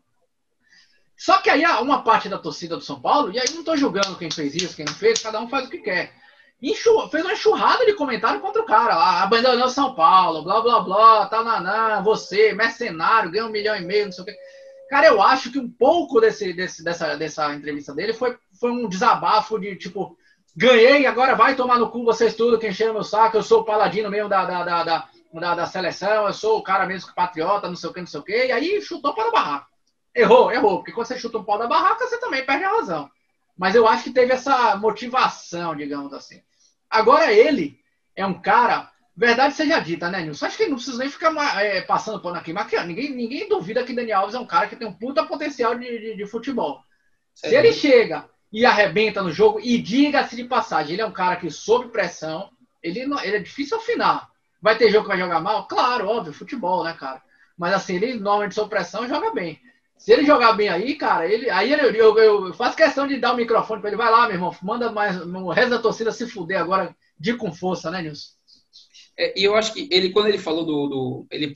[SPEAKER 1] Só que aí uma parte da torcida do São Paulo, e aí não estou julgando quem fez isso, quem não fez, cada um faz o que quer. Fez uma enxurrada de comentário contra o cara lá, abandonou São Paulo, blá, blá, blá, tá, você, mercenário, ganha 1,5 milhão, não sei o quê. Cara, eu acho que um pouco dessa entrevista dele foi um desabafo de, tipo, ganhei, agora vai tomar no cu vocês tudo, que encheram meu saco, eu sou o paladino mesmo da seleção, eu sou o cara mesmo que patriota, não sei o quê, e aí chutou para o barraco. Errou, porque quando você chuta um pau da barraca, você também perde a razão. Mas eu acho que teve essa motivação, digamos assim. Agora ele é um cara, verdade seja dita, né, Nilson? Acho que não precisa nem ficar passando pano aqui, mas ninguém duvida que Daniel Alves é um cara que tem um puta potencial de futebol. Se ele chega e arrebenta no jogo, e diga-se de passagem, ele é um cara que, sob pressão, ele é difícil afinar. Vai ter jogo que vai jogar mal? Claro, óbvio, futebol, né, cara? Mas assim, ele normalmente sob pressão joga bem. Se ele jogar bem aí, cara, eu faço questão de dar o microfone para ele. Vai lá, meu irmão, manda mais o resto da torcida se fuder agora, de com força, né, Nilson?
[SPEAKER 2] E eu acho que quando ele falou ele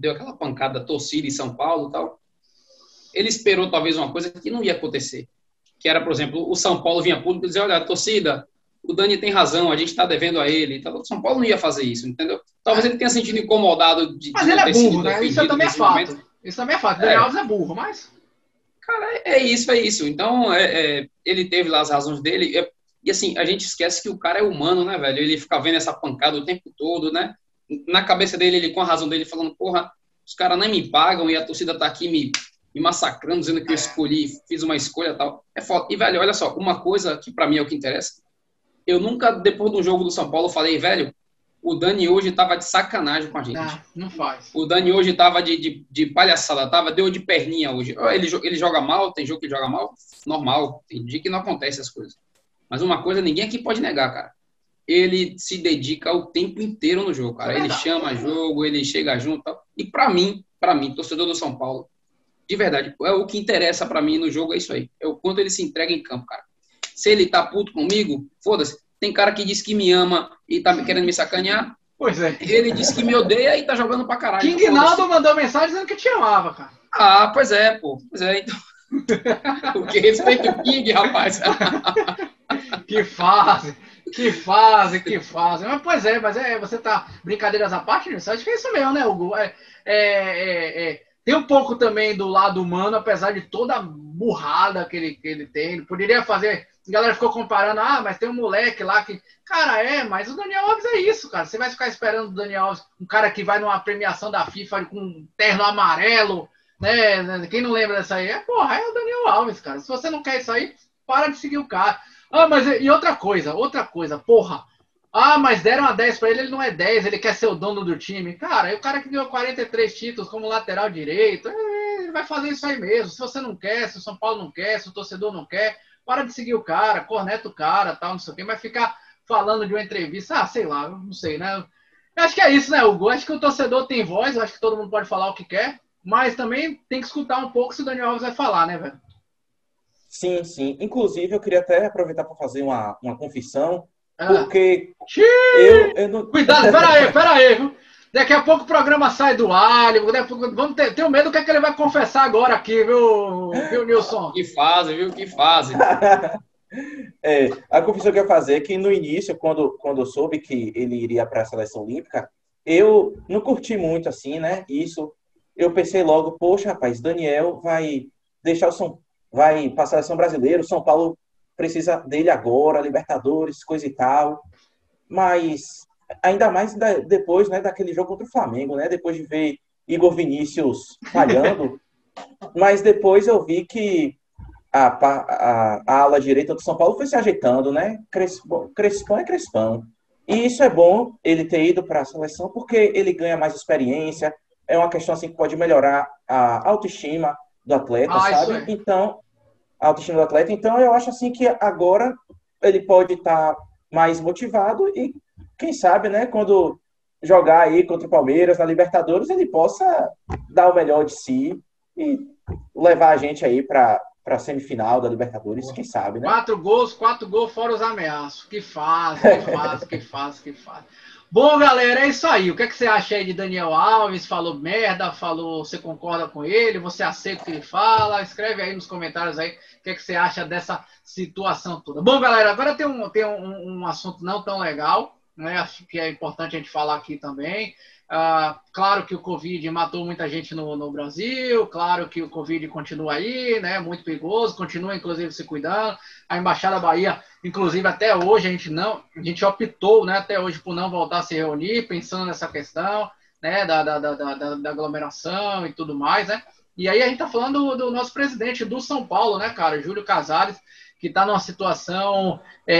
[SPEAKER 2] deu aquela pancada torcida em São Paulo e tal, ele esperou talvez uma coisa que não ia acontecer. Que era, por exemplo, o São Paulo vinha público e dizia, olha, torcida, o Dani tem razão, a gente está devendo a ele. Então, o São Paulo não ia fazer isso, entendeu? Talvez ele tenha sentido incomodado de
[SPEAKER 1] mas ele é
[SPEAKER 2] ter sido
[SPEAKER 1] burro, né? Isso
[SPEAKER 2] ofendido
[SPEAKER 1] também é
[SPEAKER 2] nesse
[SPEAKER 1] fato.
[SPEAKER 2] momento.
[SPEAKER 1] Isso também é fato. Daniel Alves é burro, mas...
[SPEAKER 2] Cara, é isso. Então, ele teve lá as razões dele. E assim, a gente esquece que o cara é humano, né, velho? Ele fica vendo essa pancada o tempo todo, né? Na cabeça dele, ele com a razão dele, falando, porra, os caras nem me pagam e a torcida tá aqui me massacrando, dizendo que eu escolhi, fiz uma escolha e tal. É foda. E, velho, olha só, uma coisa que pra mim é o que interessa. Eu nunca, depois do jogo do São Paulo, falei, velho, o Dani hoje tava de sacanagem com a gente.
[SPEAKER 1] Não faz.
[SPEAKER 2] O Dani hoje tava de palhaçada, deu de perninha hoje. Ele joga mal, tem jogo que ele joga mal, normal. Tem dia que não acontece as coisas. Mas uma coisa ninguém aqui pode negar, cara. Ele se dedica o tempo inteiro no jogo, cara. Ele chama jogo, ele chega junto e tal. E pra mim, torcedor do São Paulo, de verdade, o que interessa pra mim no jogo é isso aí. É o quanto ele se entrega em campo, cara. Se ele tá puto comigo, foda-se. Tem cara que diz que me ama e tá querendo me sacanear.
[SPEAKER 1] Pois é.
[SPEAKER 2] Ele disse que me odeia e tá jogando pra caralho.
[SPEAKER 1] King Naldo mandou mensagem dizendo que te amava, cara.
[SPEAKER 2] Ah, pois é, pô. Pois é, então. O que respeita o King, rapaz.
[SPEAKER 1] Que fase. Mas, pois é, você tá... Brincadeiras à parte, né? Acho que é isso mesmo, né, Hugo? Tem um pouco também do lado humano, apesar de toda a burrada que ele tem. Ele poderia fazer... A galera ficou comparando, mas tem um moleque lá que... Cara, mas o Daniel Alves é isso, cara. Você vai ficar esperando o Daniel Alves, um cara que vai numa premiação da FIFA com um terno amarelo, né? Quem não lembra dessa aí? É o Daniel Alves, cara. Se você não quer isso aí, para de seguir o cara. E outra coisa, porra. Mas deram a 10 pra ele não é 10, ele quer ser o dono do time. Cara, o cara que ganhou 43 títulos como lateral direito, ele vai fazer isso aí mesmo. Se você não quer, se o São Paulo não quer, se o torcedor não quer, para de seguir o cara, corneta o cara, tal, não sei o quê, vai ficar falando de uma entrevista, sei lá, não sei, né? Eu acho que é isso, né, Hugo? Eu acho que o torcedor tem voz, eu acho que todo mundo pode falar o que quer, mas também tem que escutar um pouco se o Daniel Alves vai falar, né, velho?
[SPEAKER 3] Sim, sim. Inclusive, eu queria até aproveitar para fazer uma confissão, porque eu não...
[SPEAKER 1] Cuidado, pera aí, viu? Daqui a pouco o programa sai do ar, vamos ter medo do que ele vai confessar agora aqui, viu Nilson?
[SPEAKER 2] Que fase, viu? Que fase.
[SPEAKER 3] A confissão que eu ia fazer é que no início, quando eu soube que ele iria para a seleção olímpica, eu não curti muito assim, né? Isso, eu pensei logo, poxa, rapaz, Daniel vai vai para a seleção brasileira, o São Paulo precisa dele agora, Libertadores, coisa e tal. Mas ainda mais depois, né, daquele jogo contra o Flamengo, né? Depois de ver Igor Vinícius falhando. Mas depois eu vi que a ala direita do São Paulo foi se ajeitando, né? Crespão é Crespão. E isso é bom, ele ter ido para a seleção, porque ele ganha mais experiência. É uma questão assim que pode melhorar a autoestima do atleta, sabe? Então, a autoestima do atleta. Então, eu acho assim que agora ele pode estar mais motivado e, quem sabe, né, quando jogar aí contra o Palmeiras na Libertadores, ele possa dar o melhor de si e levar a gente aí para a semifinal da Libertadores, quem sabe, né?
[SPEAKER 1] 4 gols fora os ameaços. Que fase. Bom, galera, é isso aí. O que você acha aí de Daniel Alves? Falou merda? Você concorda com ele? Você aceita o que ele fala? Escreve aí nos comentários aí o que você acha dessa situação toda. Bom, galera, agora tem um assunto não tão legal, né? Acho que é importante a gente falar aqui também. Claro que o Covid matou muita gente no Brasil, claro que o Covid continua aí, né? Muito perigoso, continua inclusive se cuidando. A Embaixada da Bahia, inclusive até hoje, a gente optou, né, até hoje por não voltar a se reunir, pensando nessa questão, né, da aglomeração e tudo mais, né? E aí a gente tá falando do nosso presidente do São Paulo, né, cara, Júlio Casares, que está numa situação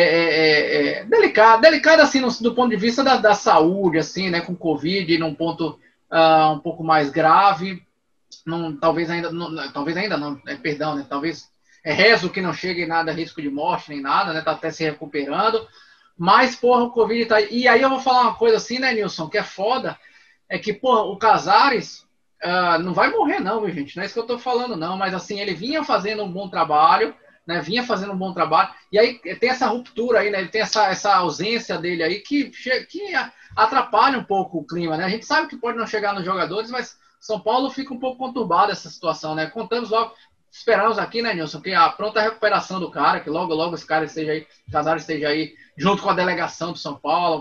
[SPEAKER 1] delicada assim, do ponto de vista da saúde, assim, né, com Covid, num ponto um pouco mais grave, talvez ainda não, perdão, né, talvez rezo que não chegue nada risco de morte nem nada, né, tá até se recuperando, mas, porra, o Covid tá aí. E aí eu vou falar uma coisa assim, né, Nilson, que é foda, é que, porra, o Casares não vai morrer não, viu, gente, não é isso que eu tô falando não, mas assim, ele vinha fazendo um bom trabalho, né, e aí tem essa ruptura aí, né, ele tem essa ausência dele aí que atrapalha um pouco o clima, né? A gente sabe que pode não chegar nos jogadores, mas São Paulo fica um pouco conturbado essa situação, né? Contamos logo, esperamos aqui, né, Nilson, que a pronta recuperação do cara, que logo esse cara esteja aí, Casares esteja aí, junto com a delegação do São Paulo,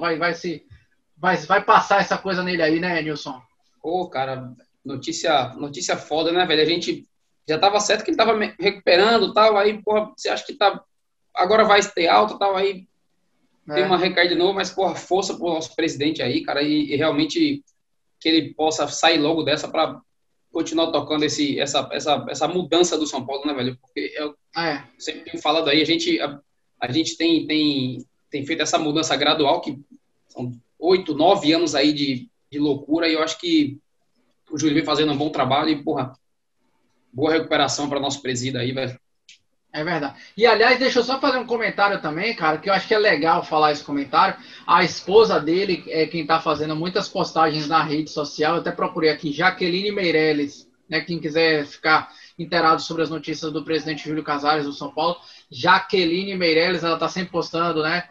[SPEAKER 1] vai passar essa coisa nele aí, né, Nilson?
[SPEAKER 2] Pô, cara, notícia foda, né, velho? A gente já tava certo que ele tava recuperando e tal, aí, porra, você acha que agora vai ter alta e tal, aí tem uma recaída de novo, mas, porra, força pro nosso presidente aí, cara, e realmente que ele possa sair logo dessa para continuar tocando essa mudança do São Paulo, né, velho? Porque eu sempre tenho falado aí, a gente tem feito essa mudança gradual, que são 8, 9 anos aí de loucura, e eu acho que o Júlio vem fazendo um bom trabalho e, porra, boa recuperação para nosso presídio aí, velho.
[SPEAKER 1] É verdade. E, aliás, deixa eu só fazer um comentário também, cara, que eu acho que é legal falar esse comentário. A esposa dele é quem tá fazendo muitas postagens na rede social. Eu até procurei aqui, Jaqueline Meirelles, né? Quem quiser ficar inteirado sobre as notícias do presidente Júlio Casares do São Paulo. Jaqueline Meirelles, ela tá sempre postando, né,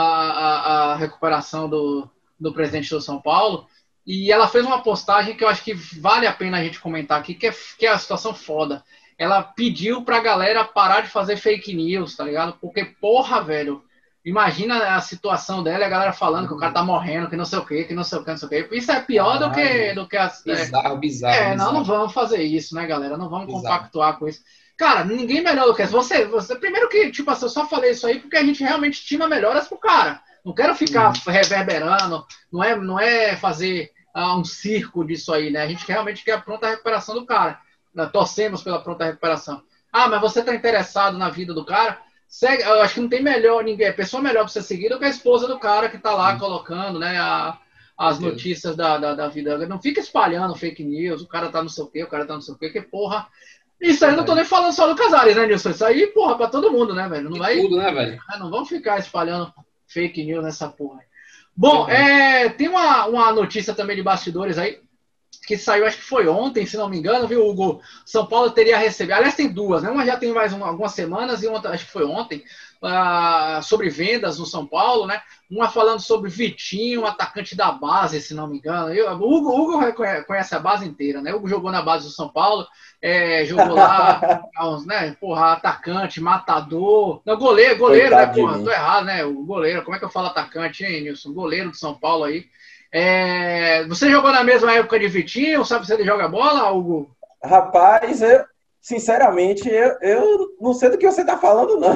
[SPEAKER 1] a recuperação do presidente do São Paulo. E ela fez uma postagem que eu acho que vale a pena a gente comentar aqui, que é a situação foda. Ela pediu pra galera parar de fazer fake news, tá ligado? Porque, porra, velho, imagina a situação dela e a galera falando que o cara tá morrendo, que não sei o quê, que não sei o que, não sei o quê. Isso é pior do que as...
[SPEAKER 2] Bizarro.
[SPEAKER 1] Não vamos fazer isso, né, galera? Não vamos compactuar com isso. Cara, ninguém melhor do que você. Primeiro que, tipo assim, eu só falei isso aí porque a gente realmente estima melhoras pro cara. Não quero ficar reverberando, não é fazer um circo disso aí, né? A gente realmente quer a pronta recuperação do cara. Torcemos pela pronta recuperação. Ah, mas você tá interessado na vida do cara? Segue, eu acho que não tem pessoa melhor para você seguir do que a esposa do cara que tá lá colocando, né, as notícias da vida. Não fica espalhando fake news, o cara tá não sei o quê, que porra. Isso aí eu não tô nem falando só do Casares, né, Nilson? Isso aí, porra, pra todo mundo, né, velho? Não vai.
[SPEAKER 2] Tudo, né, velho?
[SPEAKER 1] Não vamos ficar espalhando fake news nessa porra. Bom, tem uma notícia também de bastidores aí, que saiu, acho que foi ontem, se não me engano, viu, Hugo? São Paulo teria recebido, aliás, tem duas, né? Uma já tem mais algumas semanas e outra, acho que foi ontem, sobre vendas no São Paulo, né? Uma falando sobre Vitinho, atacante da base, se não me engano. O Hugo conhece a base inteira, né? O Hugo jogou na base do São Paulo, jogou lá, né? Porra, atacante, matador. Não, goleiro, né? Porra, tô errado, né? O goleiro, como é que eu falo atacante, hein, Nilson? Goleiro do São Paulo aí. Você jogou na mesma época de Vitinho? Sabe se ele joga bola, Hugo?
[SPEAKER 3] Rapaz, sinceramente, eu não sei do que você tá falando, não.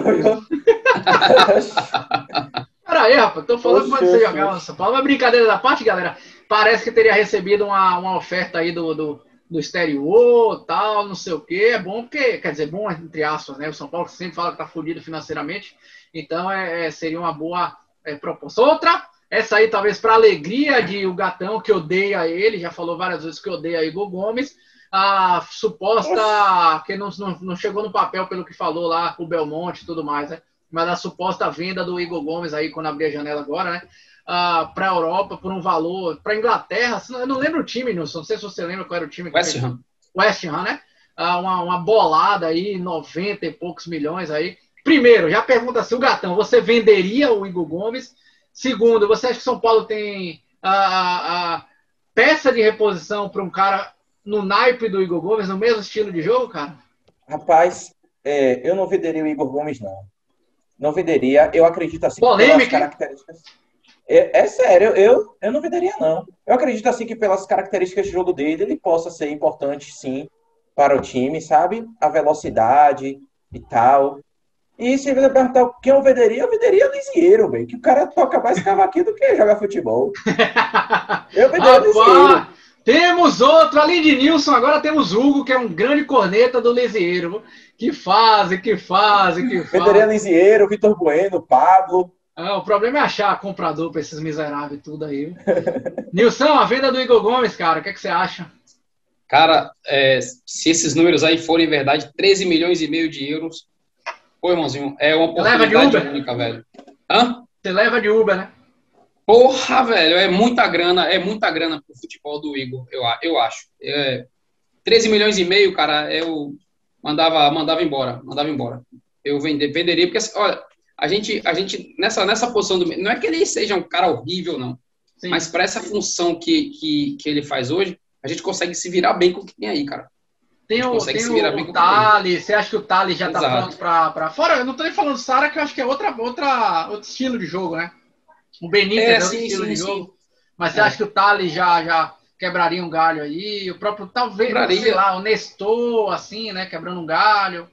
[SPEAKER 1] Peraí, rapaz, tô falando quando você jogava no São Paulo. Mas brincadeira da parte, galera, parece que teria recebido uma oferta aí do exterior, tal, não sei o quê. É bom porque, quer dizer, bom entre aspas, né? O São Paulo sempre fala que tá fudido financeiramente, então seria uma boa proposta. Outra, essa aí talvez para alegria de o Gatão, que odeia ele, já falou várias vezes que odeia Igor Gomes, a suposta, que não chegou no papel pelo que falou lá o Belmonte e tudo mais, né? Mas a suposta venda do Igor Gomes aí, quando abrir a janela agora, né? Para a Europa, por um valor, para a Inglaterra, eu não lembro o time, Nilson, não sei se você lembra qual era o time.
[SPEAKER 2] West Ham.
[SPEAKER 1] West Ham, né? Uma bolada aí, 90 e poucos milhões aí. Primeiro, já pergunta assim, o Gatão, você venderia o Igor Gomes? Segundo, você acha que São Paulo tem a peça de reposição para um cara no naipe do Igor Gomes, no mesmo estilo de jogo, cara?
[SPEAKER 3] Rapaz, eu não venderia o Igor Gomes, não. Não venderia. Eu acredito assim
[SPEAKER 1] polêmica,
[SPEAKER 3] que pelas características... sério, eu não venderia, não. Eu acredito assim que pelas características de jogo dele, ele possa ser importante, sim, para o time, sabe? A velocidade e tal. E se você perguntar quem eu venderia Lisieiro, velho. Que o cara toca mais cavaquinho do que joga futebol. Eu venderia Lisieiro.
[SPEAKER 1] Temos outro, além de Nilson, agora temos Hugo, que é um grande corneta do Lisieiro. Que fase.
[SPEAKER 3] Venderia Lisieiro, Vitor Bueno, Pablo.
[SPEAKER 1] O problema é achar comprador para esses miseráveis tudo aí. Nilson, a venda do Igor Gomes, cara, o que você acha?
[SPEAKER 2] Cara, se esses números aí forem verdade, 13 milhões e meio de euros. Pô, irmãozinho, é uma oportunidade única, velho. Hã?
[SPEAKER 1] Você leva de Uber, né?
[SPEAKER 2] Porra, velho, é muita grana pro futebol do Igor, eu acho. 13 milhões e meio, cara, eu mandava embora. Eu venderia, porque, olha, a gente nessa posição do... Não é que ele seja um cara horrível, não.
[SPEAKER 1] Sim.
[SPEAKER 2] Mas para essa função que ele faz hoje, a gente consegue se virar bem com o que tem aí, cara.
[SPEAKER 1] Tem o Thales, você acha que o Thales já tá pronto para fora? Eu não tô nem falando do Sara, que eu acho que é outro estilo de jogo, né? O Benítez é outro estilo de jogo. Mas você acha que o Thales já quebraria um galho aí? O próprio, talvez, sei lá, o Nestor, assim, né? Quebrando um galho.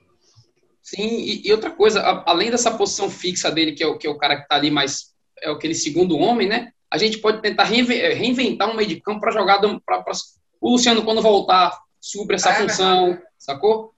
[SPEAKER 2] Sim, e outra coisa, além dessa posição fixa dele, que é o cara que tá ali, mas é aquele segundo homem, né? A gente pode tentar reinventar um meio de campo para jogar para o Luciano, quando voltar, supre essa função, sacou?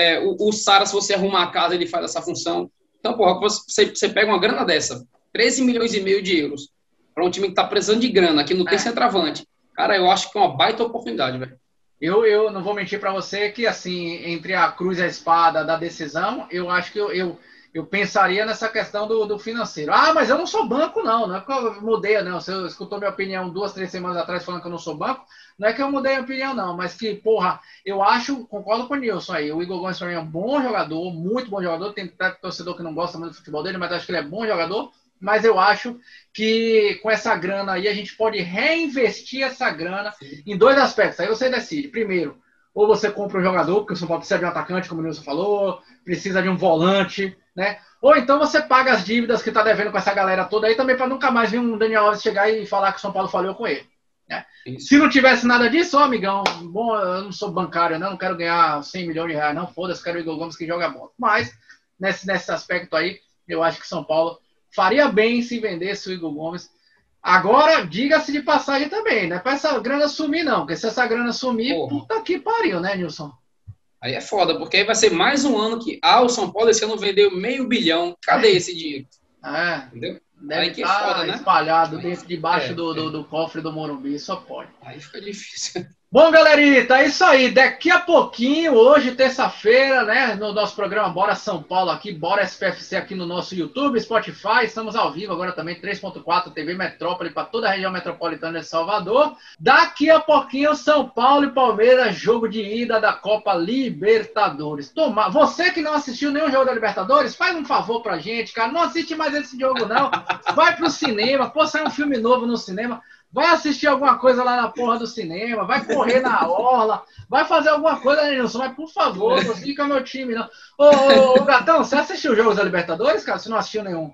[SPEAKER 2] O Sara, se você arrumar a casa, ele faz essa função. Então, porra, você pega uma grana dessa, 13 milhões e meio de euros, para um time que tá precisando de grana, que não tem centroavante. Cara, eu acho que é uma baita oportunidade, velho.
[SPEAKER 1] Eu não vou mentir para você que, assim, entre a cruz e a espada da decisão, eu acho que eu pensaria nessa questão do financeiro. Ah, mas eu não sou banco, não é que eu mudei, não. Você escutou minha opinião 2, 3 semanas atrás falando que eu não sou banco, não é que eu mudei a opinião, não, mas que, porra, eu acho, concordo com o Nilson aí, o Igor Gomes para mim é um bom jogador, muito bom jogador, tem torcedor que não gosta muito do futebol dele, mas acho que ele é bom jogador, mas eu acho que com essa grana aí a gente pode reinvestir essa grana em 2 aspectos. Aí você decide. Primeiro, ou você compra um jogador, porque o São Paulo precisa de um atacante, como o Nilson falou, precisa de um volante, né? Ou então você paga as dívidas que está devendo com essa galera toda aí também para nunca mais vir um Daniel Alves chegar e falar que o São Paulo falhou com ele. Né? Se não tivesse nada disso, amigão, bom, eu não sou bancário, não quero ganhar 100 milhões de reais, não, foda-se, quero o Igor Gomes que joga bola. Mas, nesse aspecto aí, eu acho que São Paulo faria bem se vendesse o Igor Gomes. Agora, diga-se de passagem também, não é para essa grana sumir, não. Porque se essa grana sumir, puta que pariu, né, Nilson?
[SPEAKER 2] Aí é foda, porque aí vai ser mais um ano que o São Paulo esse ano vendeu $500 milhão. Cadê esse dinheiro?
[SPEAKER 1] Entendeu? Deve estar foda, né? Espalhado debaixo do cofre do Morumbi, só pode.
[SPEAKER 2] Aí fica difícil.
[SPEAKER 1] Bom, galerita, é isso aí. Daqui a pouquinho, hoje, terça-feira, né, no nosso programa Bora São Paulo aqui, Bora SPFC aqui no nosso YouTube, Spotify, estamos ao vivo agora também, 3.4 TV Metrópole para toda a região metropolitana de Salvador. Daqui a pouquinho, São Paulo e Palmeiras, jogo de ida da Copa Libertadores. Você que não assistiu nenhum jogo da Libertadores, faz um favor pra gente, cara, não assiste mais esse jogo não, vai pro cinema, sai um filme novo no cinema. Vai assistir alguma coisa lá na porra do cinema, vai correr na orla, vai fazer alguma coisa, né, Nilson? Mas, por favor, não fica meu time, não. Ô, Gatão, você assistiu os jogos da Libertadores, cara? Você não assistiu nenhum?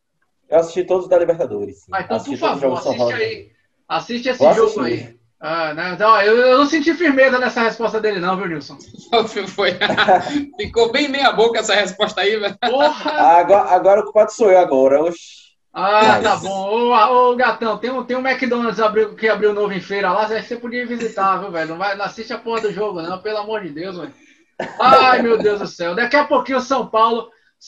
[SPEAKER 3] Eu assisti todos da Libertadores.
[SPEAKER 1] Ah, então, por favor, assiste aí. Assiste esse jogo aí. Então, eu não senti firmeza nessa resposta dele, não, viu, Nilson?
[SPEAKER 2] Foi. Ficou bem meia boca essa resposta aí, velho.
[SPEAKER 1] Porra!
[SPEAKER 3] Agora o culpado sou eu agora, oxi.
[SPEAKER 1] Tá bom. Ô, Gatão, tem um McDonald's que abriu novo em feira lá, você podia visitar, viu, velho? Não assiste a porra do jogo, não, pelo amor de Deus, velho. Ai, meu Deus do céu. Daqui a pouquinho São Paulo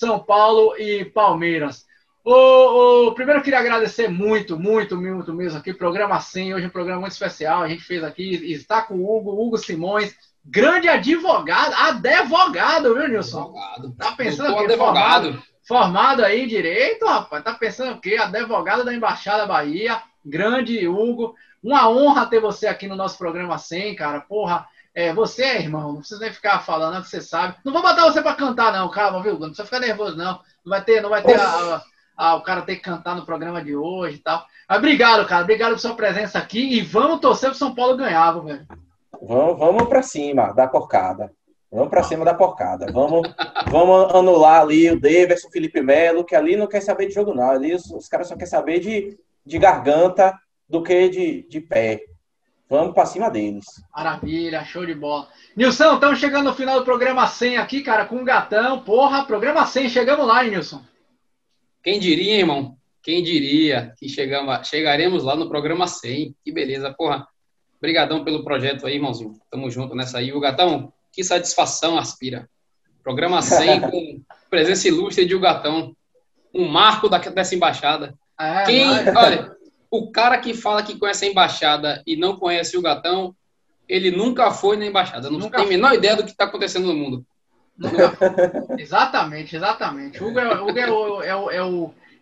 [SPEAKER 1] e Palmeiras. Primeiro eu queria agradecer muito mesmo aqui, programa 100, hoje um programa muito especial, a gente fez aqui, está com o Hugo Simões, grande advogado, viu, Nilson? Tá pensando o quê?
[SPEAKER 2] Advogado.
[SPEAKER 1] Formado aí em direito, rapaz. Tá pensando o quê? Advogado da Embaixada Bahia. Grande Hugo. Uma honra ter você aqui no nosso programa 100, cara. Porra, você é irmão. Não precisa nem ficar falando, não, que você sabe. Não vou botar você pra cantar, não. Calma, viu? Não precisa ficar nervoso, não. Não vai ter o cara ter que cantar no programa de hoje e tal. Mas obrigado, cara. Obrigado por sua presença aqui. E vamos torcer pro São Paulo ganhar, velho.
[SPEAKER 3] Vamos pra cima da porcada. Vamos pra cima da porcada. Vamos anular ali o Daverson, o Felipe Melo, que ali não quer saber de jogo, não. Ali os caras só querem saber de garganta do que de pé. Vamos pra cima deles.
[SPEAKER 1] Maravilha, show de bola. Nilson, estamos chegando no final do programa 100 aqui, cara, com o Gatão. Porra, programa 100, chegamos lá, hein, Nilson?
[SPEAKER 2] Quem diria, irmão? Quem diria que chegaremos lá no programa 100. Que beleza, porra. Obrigadão pelo projeto aí, irmãozinho. Tamo junto nessa aí. O Gatão, que satisfação, Aspira. Programa 100 com presença ilustre de o Gatão. Um marco dessa embaixada. Olha, o cara que fala que conhece a embaixada e não conhece o Gatão, ele nunca foi na embaixada. Não tem a menor ideia do que está acontecendo no mundo.
[SPEAKER 1] Exatamente. O Hugo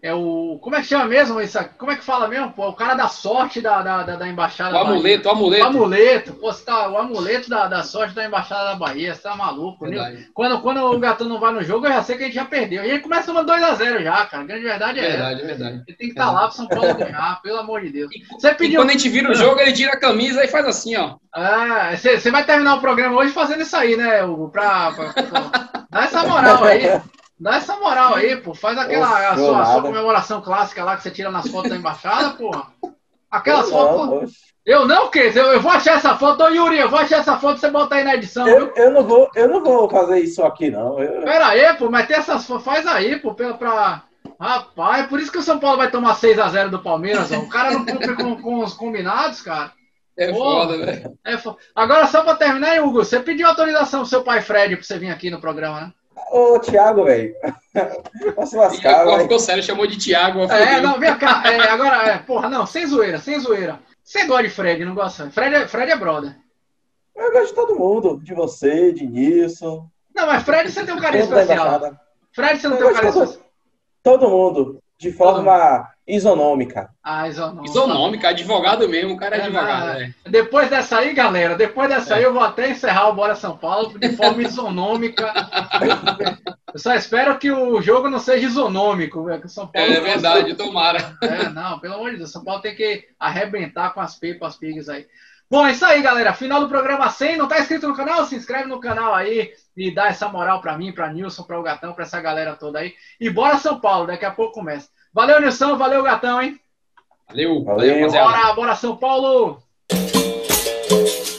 [SPEAKER 1] É o. Como é que chama mesmo isso aqui? Como é que fala mesmo? Pô, o cara da sorte da Embaixada
[SPEAKER 2] O
[SPEAKER 1] da Bahia.
[SPEAKER 2] amuleto, o amuleto.
[SPEAKER 1] O amuleto. Pô, você tá, o amuleto da sorte da Embaixada da Bahia. Você tá maluco, né? Quando o Gatão não vai no jogo, eu já sei que a gente já perdeu. A gente começa uma 2-0 já, cara. A grande verdade é essa.
[SPEAKER 2] É verdade.
[SPEAKER 1] Ele tem que estar lá pro São Paulo ganhar, pelo amor de Deus.
[SPEAKER 2] Você pediu... E quando a gente vira o jogo, ele tira a camisa e faz assim, ó.
[SPEAKER 1] Ah, você vai terminar o programa hoje fazendo isso aí, né, Hugo? Dá essa moral aí. Dá essa moral aí, pô. Faz aquela a sua comemoração clássica lá que você tira nas fotos da embaixada, porra. Aquelas fotos. Eu não, que eu vou achar essa foto, ô Yuri, eu vou achar essa foto e você bota aí na edição, viu?
[SPEAKER 3] Eu não vou fazer isso aqui, não.
[SPEAKER 1] Pera aí, pô, mas tem essas fotos, faz aí, pô, Rapaz, é por isso que o São Paulo vai tomar 6-0 do Palmeiras, ó. O cara não cumpre com os combinados, cara.
[SPEAKER 2] Foda, velho.
[SPEAKER 1] Agora, só pra terminar, Hugo, você pediu autorização pro seu pai Fred pra você vir aqui no programa, né?
[SPEAKER 3] Ô, Thiago, velho. Posso lascar, velho.
[SPEAKER 2] Ficou sério, chamou de Thiago.
[SPEAKER 1] Não, vem cá. Porra, não, sem zoeira. Você gosta de Fred, não gosta? Fred é brother.
[SPEAKER 3] Eu gosto de todo mundo. De você, de Nilson.
[SPEAKER 1] Não, mas Fred você tem um carinho especial. Fred você não tem um carinho especial.
[SPEAKER 3] Todo mundo. De forma isonômica.
[SPEAKER 2] Isonômica, advogado mesmo, o cara é advogado.
[SPEAKER 1] Depois dessa aí, galera, eu vou até encerrar o Bora São Paulo de forma isonômica. Eu só espero que o jogo não seja isonômico, velho. São Paulo
[SPEAKER 2] é verdade, tomara.
[SPEAKER 1] Não, pelo amor de Deus, São Paulo tem que arrebentar com as Pepas Pigs aí. Bom, é isso aí, galera. Final do programa 100. Não tá inscrito no canal? Se inscreve no canal aí e dá essa moral pra mim, pra Nilson, pra o Gatão, pra essa galera toda aí. E bora São Paulo, daqui a pouco começa. Valeu, Nilson. Valeu, Gatão, hein?
[SPEAKER 2] Valeu.
[SPEAKER 1] Bora São Paulo!